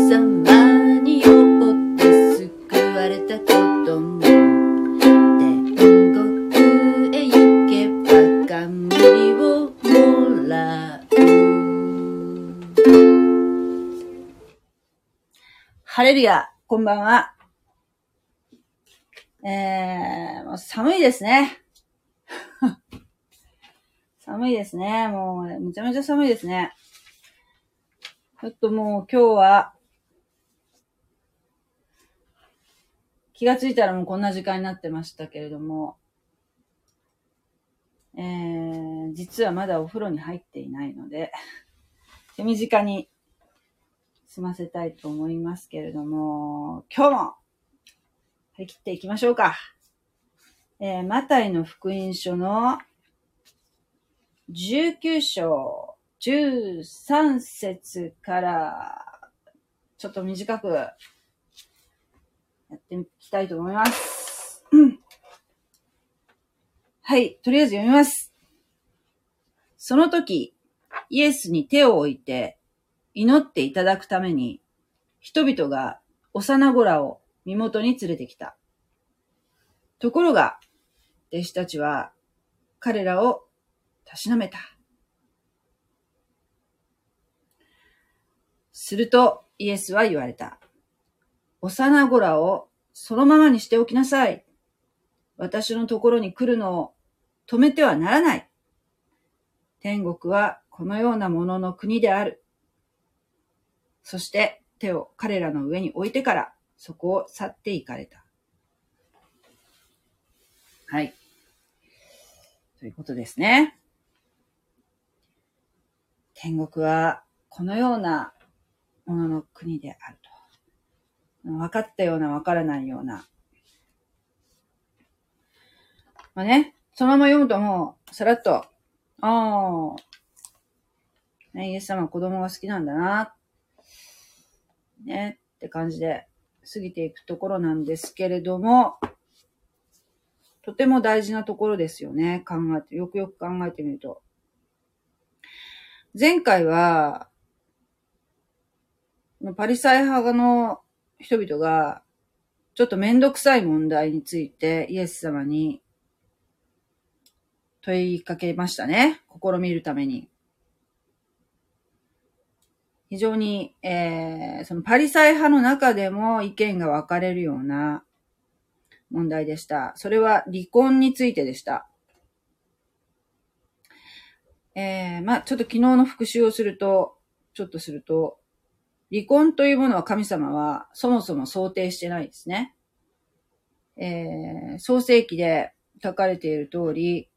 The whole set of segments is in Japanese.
様によって救われたことも、天国へ行けば冠をもらう。ハレルヤ、こんばんは。もう寒いですね。寒いですね。もうめちゃめちゃ寒いですね。ちょっともう今日は気がついたらもうこんな時間になってましたけれども、実はまだお風呂に入っていないので、手短に済ませたいと思いますけれども、今日も張り切っていきましょうか。マタイの福音書の19章13節からちょっと短くやっていきたいと思います。はい、とりあえず読みます。その時、イエスに手を置いて祈っていただくために、人々が幼子らを身元に連れてきた。ところが、弟子たちは彼らをたしなめた。するとイエスは言われた。幼子らをそのままにしておきなさい。私のところに来るのを止めてはならない。天国はこのようなものの国である。そして手を彼らの上に置いてからそこを去って行かれた。はい。ということですね。天国はこのようなものの国であると。分かったような分からないような。まあね、そのまま読むともうさらっと、イエス様は子供が好きなんだな、ね、って感じで過ぎていくところなんですけれども、とても大事なところですよね。よくよく考えてみると。前回は、パリサイ派の人々が、ちょっとめんどくさい問題についてイエス様に問いかけましたね。試みるために。非常に、そのパリサイ派の中でも意見が分かれるような問題でした。それは離婚についてでした。ちょっと昨日の復習をすると、離婚というものは神様はそもそも想定してないですね。創世記で書かれている通り、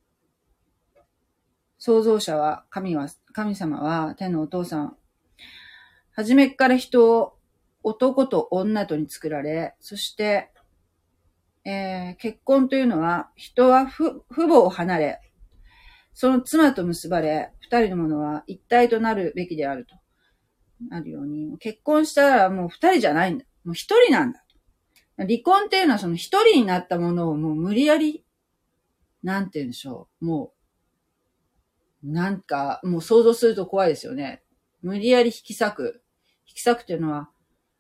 創造者は神様は天のお父さん、はじめっから人を男と女とに作られ、そして、結婚というのは人は父母を離れ、その妻と結ばれ、二人のものは一体となるべきであると。なるように、結婚したらもう二人じゃないんだ。もう一人なんだ。離婚っていうのはその一人になったものをもう無理やり、なんて言うんでしょう。もう想像すると怖いですよね。無理やり引き裂く。引き裂くっていうのは、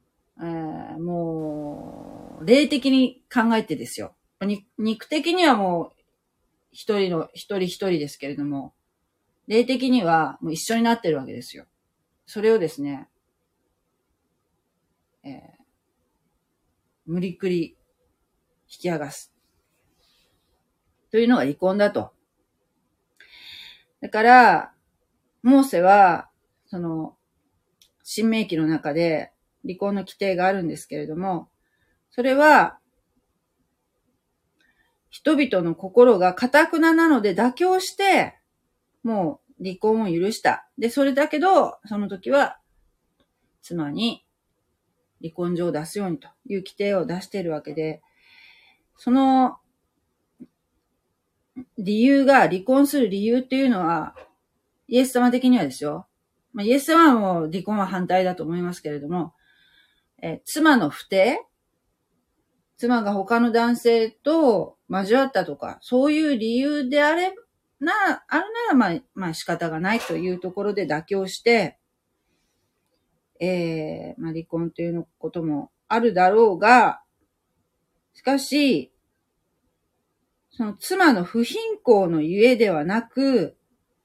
もう、霊的に考えてですよ。肉的にはもう、一人一人ですけれども、霊的にはもう一緒になってるわけですよ。それをですね、無理くり引き剥がす。というのが離婚だと。だから、モーセは、新明記の中で離婚の規定があるんですけれども、それは、人々の心が堅なので妥協して、もう離婚を許した。で、それだけど、その時は、妻に離婚状を出すようにという規定を出しているわけで、その離婚する理由っていうのは、イエス様的にはですよ。イエス様はもう離婚は反対だと思いますけれども、妻の不貞、妻が他の男性と交わったとか、そういう理由であるなら仕方がないというところで妥協して、 離婚ということもあるだろうが、しかし、その妻の不貧困のゆえではなく、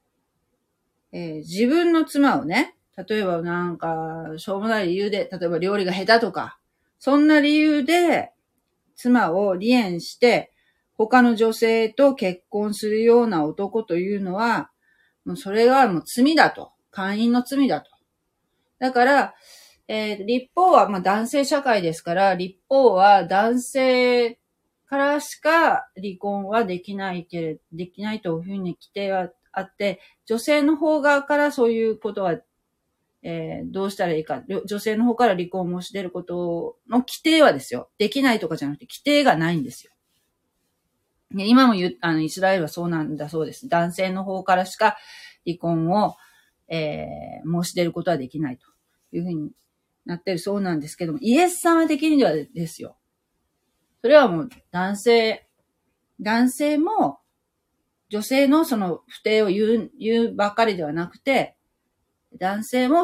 自分の妻をね、例えばなんか、しょうもない理由で、例えば料理が下手とか、そんな理由で、妻を離縁して、他の女性と結婚するような男というのは、もうそれはもう罪だと。姦淫の罪だと。だから、立法は男性社会ですから、立法は男性からしか離婚はできないというふうに規定はあって、女性の方側からそういうことは、どうしたらいいか、女性の方から離婚を申し出ることの規定はですよ。できないとかじゃなくて規定がないんですよ。で今もイスラエルはそうなんだそうです。男性の方からしか離婚を、申し出ることはできないというふうになってるそうなんですけども、イエス様的にはですよ。それはもう男性も女性のその不貞を言うばかりではなくて、男性も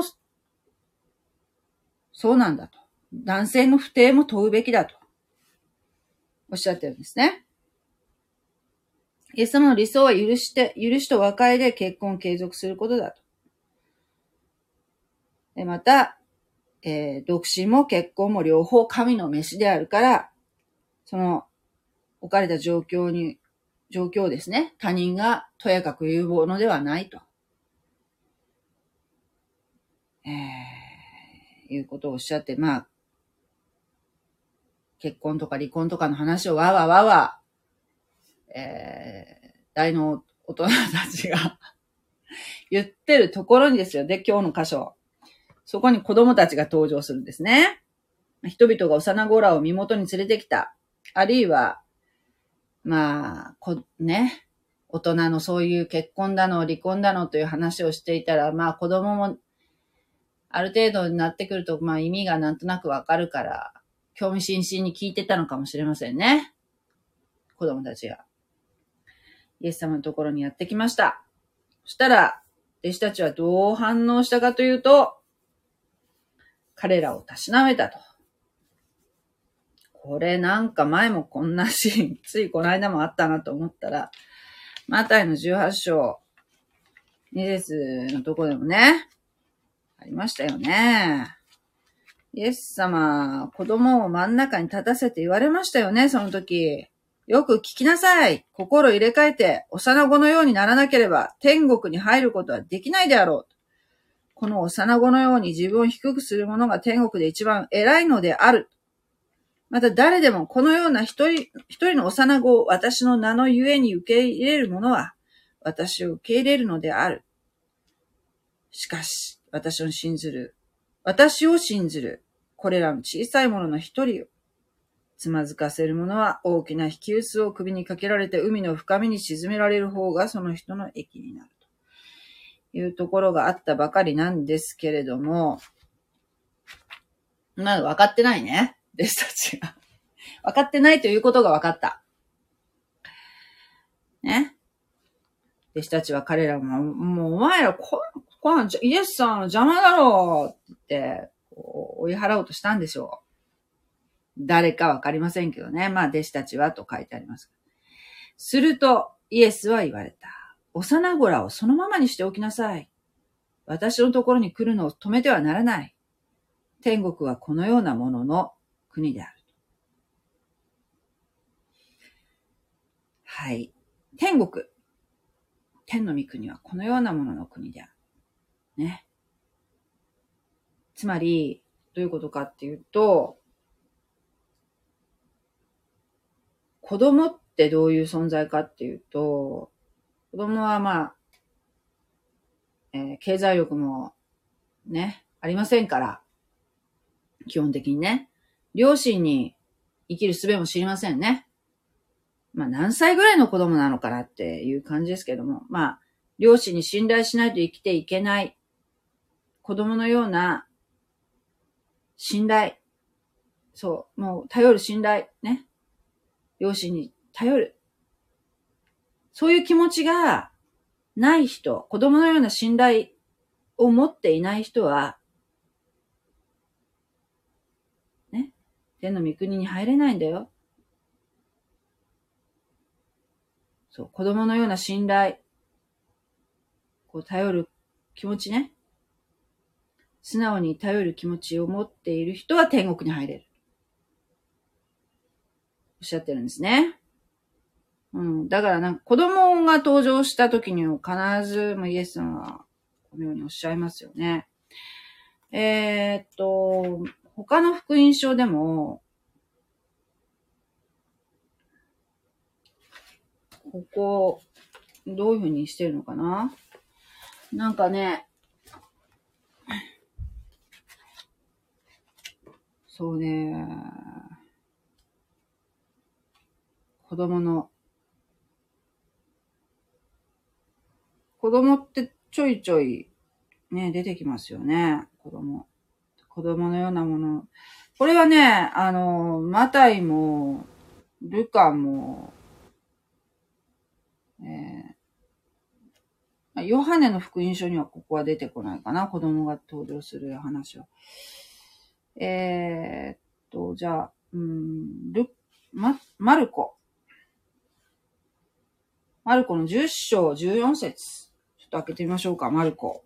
そうなんだと。男性の不貞も問うべきだとおっしゃってるんですね。イエス様の理想は許しと和解で結婚を継続することだと。でまた、独身も結婚も両方神の召しであるから、その置かれた状況をですね、他人がとやかく言うものではないと。いうことをおっしゃって、結婚とか離婚とかの話をわわ、大の大人たちが言ってるところにですよ。で、今日の箇所。そこに子供たちが登場するんですね。人々が幼子らを身元に連れてきた。あるいは、大人のそういう結婚だの、離婚だのという話をしていたら、子供もある程度になってくると、意味がなんとなくわかるから、興味津々に聞いてたのかもしれませんね。子供たちが。イエス様のところにやってきました。そしたら、弟子たちはどう反応したかというと、彼らをたしなめたと。これなんか前もこんなシーン、ついこの間もあったなと思ったら、マタイの18章、2節のとこでもね、ありましたよね。イエス様、子供を真ん中に立たせて言われましたよね、その時。よく聞きなさい。心入れ替えて、幼子のようにならなければ、天国に入ることはできないであろう。この幼子のように自分を低くする者が天国で一番偉いのである。また誰でもこのような一人の幼子を私の名のゆえに受け入れる者は、私を受け入れるのである。しかし、私を信ずる、これらの小さい者の一人を、つまずかせる者は大きな引き薄を首にかけられて海の深みに沈められる方がその人の益になるというところがあったばかりなんですけれども、まだ分かってないね。弟子たちが。分かってないということが分かった。ね。弟子たちは彼らも、もうお前らイエスさんの邪魔だろうって言って、追い払おうとしたんでしょう。誰かわかりませんけどね。弟子たちはと書いてあります。すると、イエスは言われた。幼子らをそのままにしておきなさい。私のところに来るのを止めてはならない。天国はこのようなものの国である。はい。天の御国はこのようなものの国である。ね。つまり、どういうことかっていうと、子供ってどういう存在かっていうと、子供は経済力もね、ありませんから、基本的にね、両親に生きる術も知りませんね。何歳ぐらいの子供なのかなっていう感じですけども、両親に信頼しないと生きていけない、子供のような信頼、もう頼る信頼、ね。両親に頼る。そういう気持ちがない人、子供のような信頼を持っていない人は、 天の御国に入れないんだよ。そう、子供のような信頼、こう頼る気持ちね。素直に頼る気持ちを持っている人は天国に入れる。おっしゃってるんですね。だからなんか子供が登場した時にも必ずイエスさんはこのようにおっしゃいますよね。他の福音書でも、ここ、どういうふうにしてるのかな？なんかね、そうね、子供ってちょいちょいね、出てきますよね。子供のようなもの。これはね、マタイも、ルカも、ヨハネの福音書にはここは出てこないかな。子供が登場する話は。じゃあ、マルコ。マルコの10章14節。ちょっと開けてみましょうか、マルコ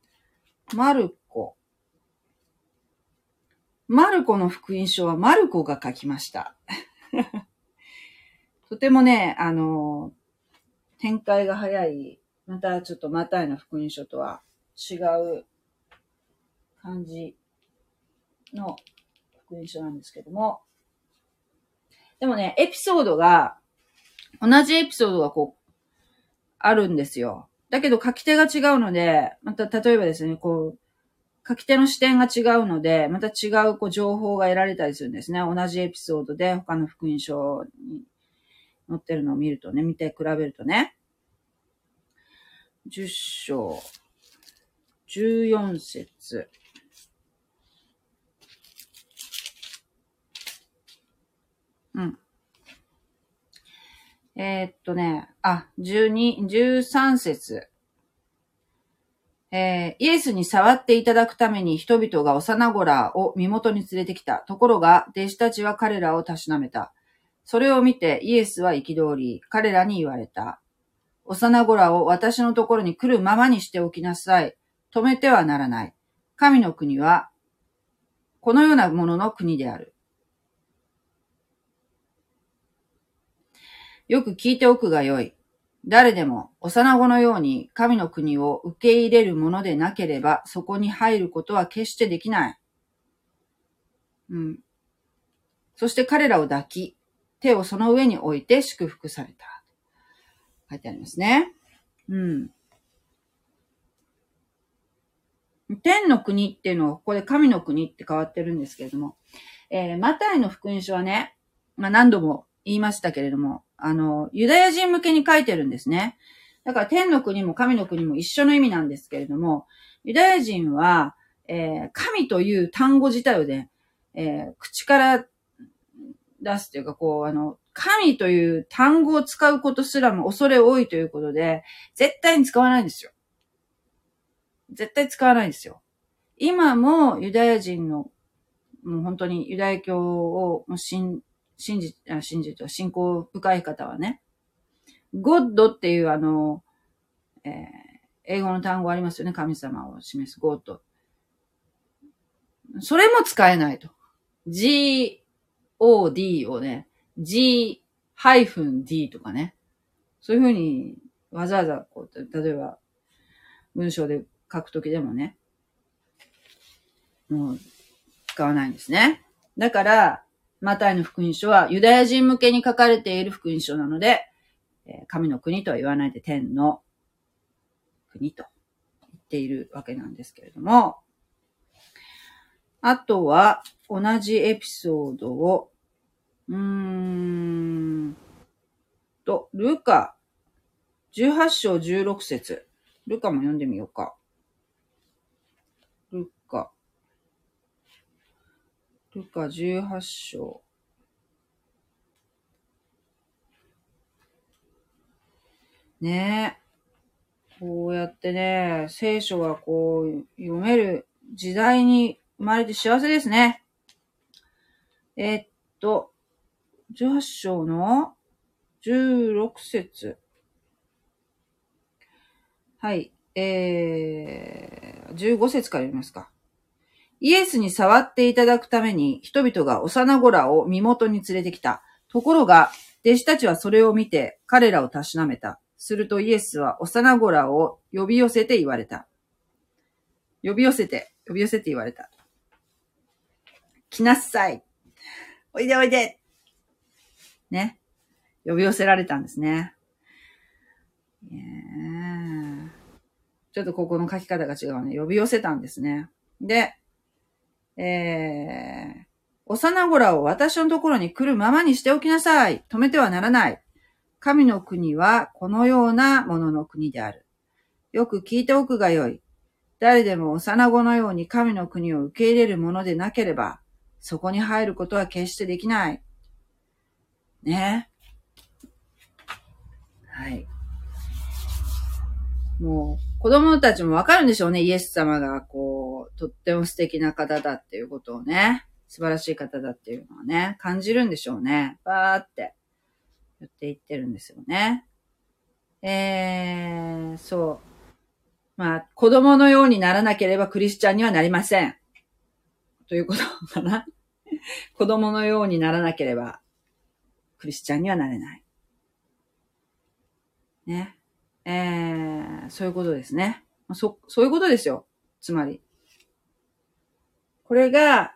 の福音書はマルコが書きました。とてもね、展開が早い、またちょっとマタイの福音書とは違う感じの福音書なんですけども、でもね、同じエピソードがこう、あるんですよ。だけど書き手が違うので、また例えばですね、こう、書き手の視点が違うので、また違うこう情報が得られたりするんですね。同じエピソードで他の福音書に載ってるのを見て比べるとね。10章、14節。13節。イエスに触っていただくために人々が幼子らを身元に連れてきた。ところが、弟子たちは彼らをたしなめた。それを見てイエスは憤り、彼らに言われた。幼子らを私のところに来るままにしておきなさい。止めてはならない。神の国は、このようなものの国である。よく聞いておくがよい。誰でも幼子のように神の国を受け入れるものでなければ、そこに入ることは決してできない。そして彼らを抱き、手をその上に置いて祝福された。書いてありますね。天の国っていうのは、ここで神の国って変わってるんですけれども、マタイの福音書はね、何度も言いましたけれども、ユダヤ人向けに書いてるんですね。だから天の国も神の国も一緒の意味なんですけれども、ユダヤ人は、神という単語自体をね、口から出すというか、神という単語を使うことすらも恐れ多いということで、絶対に使わないんですよ。絶対使わないんですよ。今もユダヤ人の、もう本当にユダヤ教を信仰深い方はね、God っていう英語の単語ありますよね。神様を示す God。それも使えないと。G-O-D をね、G-D とかね。そういうふうにわざわざ例えば文章で書くときでもね、もう使わないんですね。だから、マタイの福音書はユダヤ人向けに書かれている福音書なので、神の国とは言わないで天の国と言っているわけなんですけれども、あとは同じエピソードを、ルカ18章16節。ルカも読んでみようか。ルカ18章。ねえ。こうやってね、聖書がこう読める時代に生まれて幸せですね。 18章の16節。はい。15節から読みますか。イエスに触っていただくために人々が幼子らを身元に連れてきた。ところが、弟子たちはそれを見て彼らをたしなめた。するとイエスは幼子らを呼び寄せて言われた。呼び寄せて言われた。来なさい。おいでおいで。ね。呼び寄せられたんですね。ちょっとここの書き方が違うね。呼び寄せたんですね。で、幼子らを私のところに来るままにしておきなさい。止めてはならない。神の国はこのようなものの国である。よく聞いておくがよい。誰でも幼子のように神の国を受け入れるものでなければ、そこに入ることは決してできない。ね。はい。もう、子供たちもわかるんでしょうね。イエス様が、とっても素敵な方だっていうことをね。素晴らしい方だっていうのはね、感じるんでしょうね。バーって言っていってるんですよね。そう。まあ、子供のようにならなければクリスチャンにはなりません。ということかな。子供のようにならなければクリスチャンにはなれない。ね。そういうことですね。そういうことですよ。つまり。これが、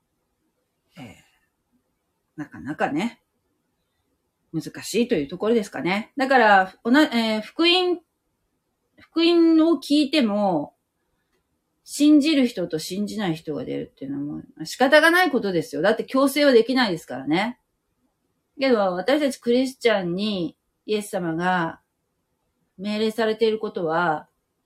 なかなかね、難しいというところですかね。だから、福音を聞いても、信じる人と信じない人が出るっていうのも仕方がないことですよ。だって強制はできないですからね。けど、私たちクリスチャンにイエス様が命令されていることは、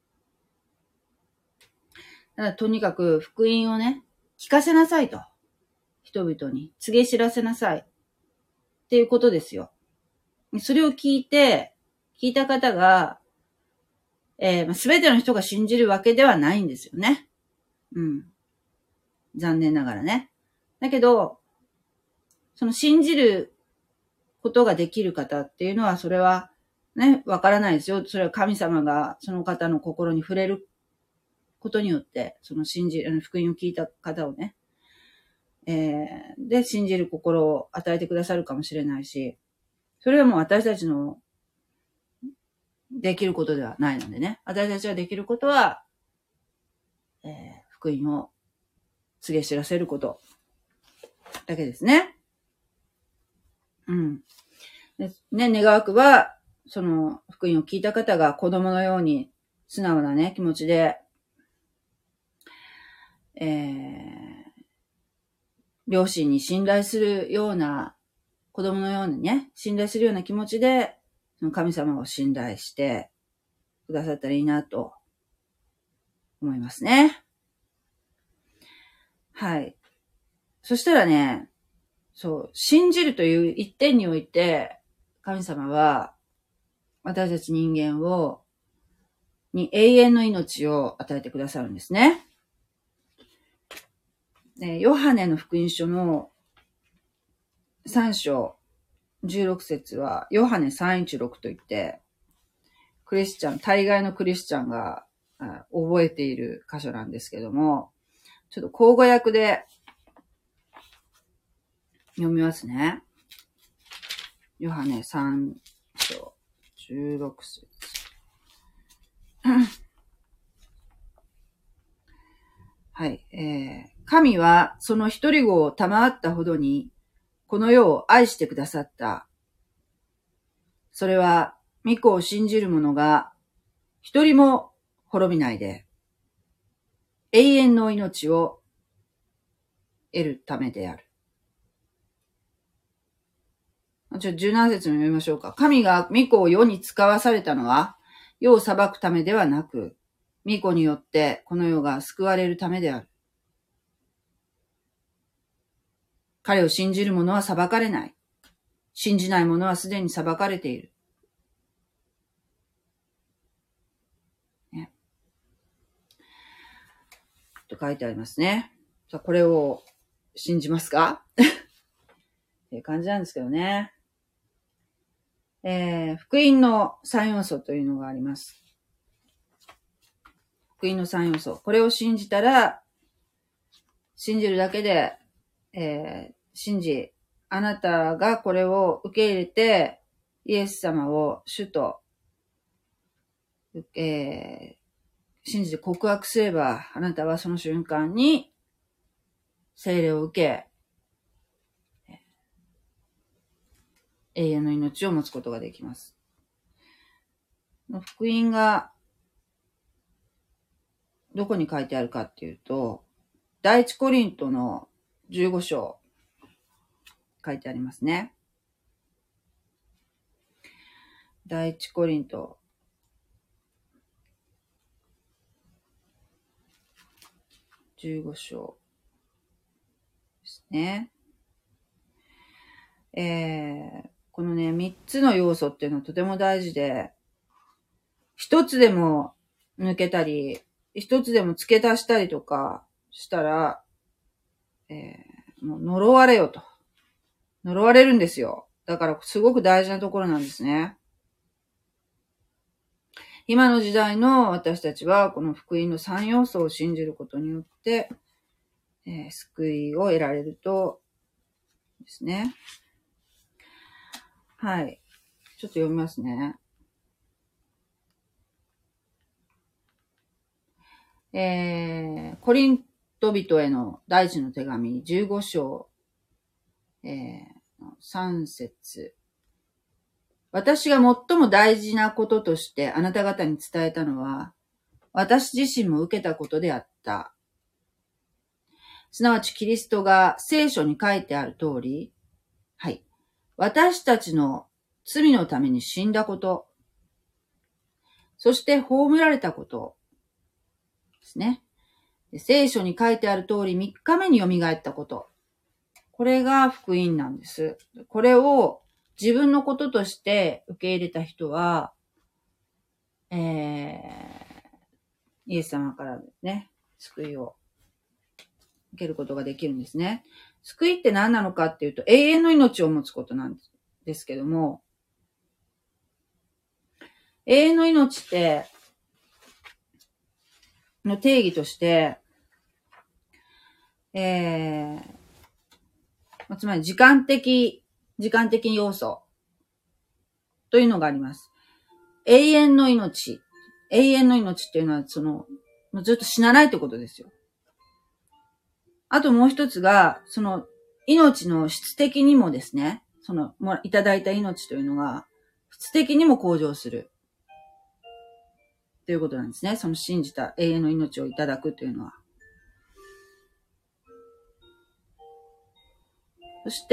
とにかく福音をね、聞かせなさいと。人々に告げ知らせなさい。っていうことですよ。それを聞いた方が、すべての人が信じるわけではないんですよね。うん。残念ながらね。だけど、その信じることができる方っていうのは、それはね、わからないですよ。それは神様がその方の心に触れることによって、その福音を聞いた方をね、で、信じる心を与えてくださるかもしれないし、それはもう私たちのできることではないのでね。私たちができることは、福音を告げ知らせることだけですね。うん。でね、願わくは、その福音を聞いた方が子供のように素直なね、気持ちで、両親に信頼するような、子供のようにね、信頼するような気持ちで、その神様を信頼してくださったらいいなと思いますね。はい。そしたらね、そう、信じるという一点において、神様は、私たち人間に永遠の命を与えてくださるんですね。ヨハネの福音書の3章16節は、ヨハネ316といって、大概のクリスチャンが覚えている箇所なんですけども、ちょっと口語訳で読みますね。ヨハネ3章16節。はい。神はその一人子を賜ったほどに、この世を愛してくださった。それは、御子を信じる者が、一人も滅びないで、永遠の命を得るためである。17節も読みましょうか。神が御子を世に使わされたのは、世を裁くためではなく、御子によってこの世が救われるためである。彼を信じる者は裁かれない。信じない者はすでに裁かれている。ね、と書いてありますね。さあ、これを信じますか感じなんですけどね。福音の3要素というのがあります。福音の3要素。これを信じたら、信じるだけで、あなたがこれを受け入れて、イエス様を主と、信じて告白すれば、あなたはその瞬間に聖霊を受け、永遠の命を持つことができます。福音がどこに書いてあるかっていうと、第一コリントの15章書いてありますね。第一コリント15章ですね。このね、3つの要素っていうのはとても大事で、一つでも抜けたり、一つでも付け足したりとかしたら、もう呪われよと。呪われるんですよ。だからすごく大事なところなんですね。今の時代の私たちはこの福音の3要素を信じることによって、救いを得られるとですね。はい。ちょっと読みますね。コリント人への第一の手紙15章、3節。私が最も大事なこととしてあなた方に伝えたのは、私自身も受けたことであった。すなわちキリストが聖書に書いてある通り、はい。私たちの罪のために死んだこと、そして葬られたことですね。聖書に書いてある通り3日目に蘇ったこと。これが福音なんです。これを自分のこととして受け入れた人は、イエス様からね、救いを受けることができるんですね。救いって何なのかっていうと、永遠の命を持つことなんですけども、永遠の命って、の定義として、つまり時間的要素というのがあります。永遠の命っていうのは、ずっと死なないってことですよ。あともう一つが、命の質的にもですね、いただいた命というのが、質的にも向上する。ということなんですね。信じた永遠の命をいただくというのは。そして、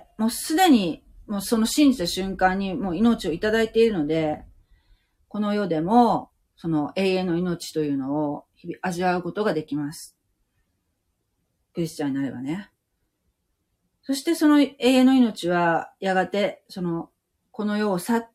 もうすでに、もう信じた瞬間にもう命をいただいているので、この世でも、永遠の命というのを日々味わうことができます。クリスチャンになればね。そしてその永遠の命は、やがて、この世を去って、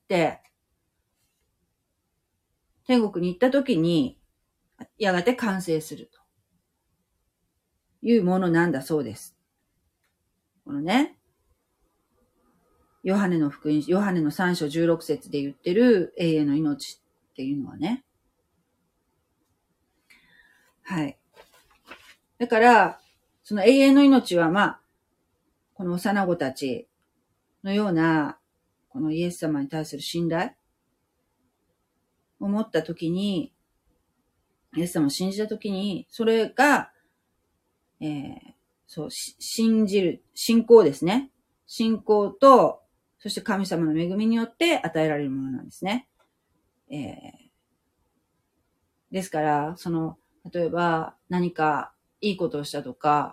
天国に行った時に、やがて完成するというものなんだそうです。このね、ヨハネの福音、ヨハネの3章16節で言ってる永遠の命っていうのはね。はい。だから、その永遠の命はこの幼子たちのような、このイエス様に対する信頼を持ったときに、イエス様を信じたときに、それが、信じる、信仰ですね。信仰と、そして神様の恵みによって与えられるものなんですね。ですから、例えば何かいいことをしたとか、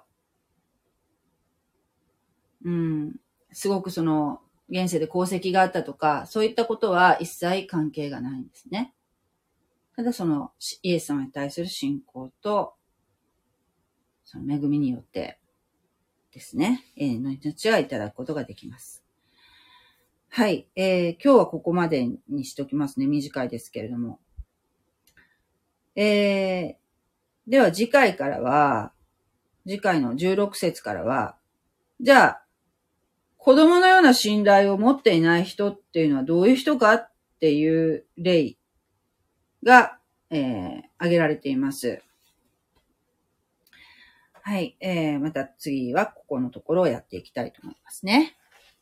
すごく現世で功績があったとか、そういったことは一切関係がないんですね。ただイエス様に対する信仰と、その恵みによってですね、永遠の命はいただくことができます。はい、今日はここまでにしておきますね。短いですけれども。では次回の16節からは、じゃあ、 子供のような信頼を持っていない人っていうのはどういう人かっていう例が、挙げられています。はい、また次はここのところをやっていきたいと思いますね。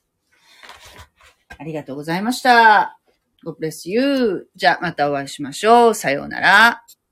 ありがとうございました。God bless you. じゃあまたお会いしましょう。さようなら。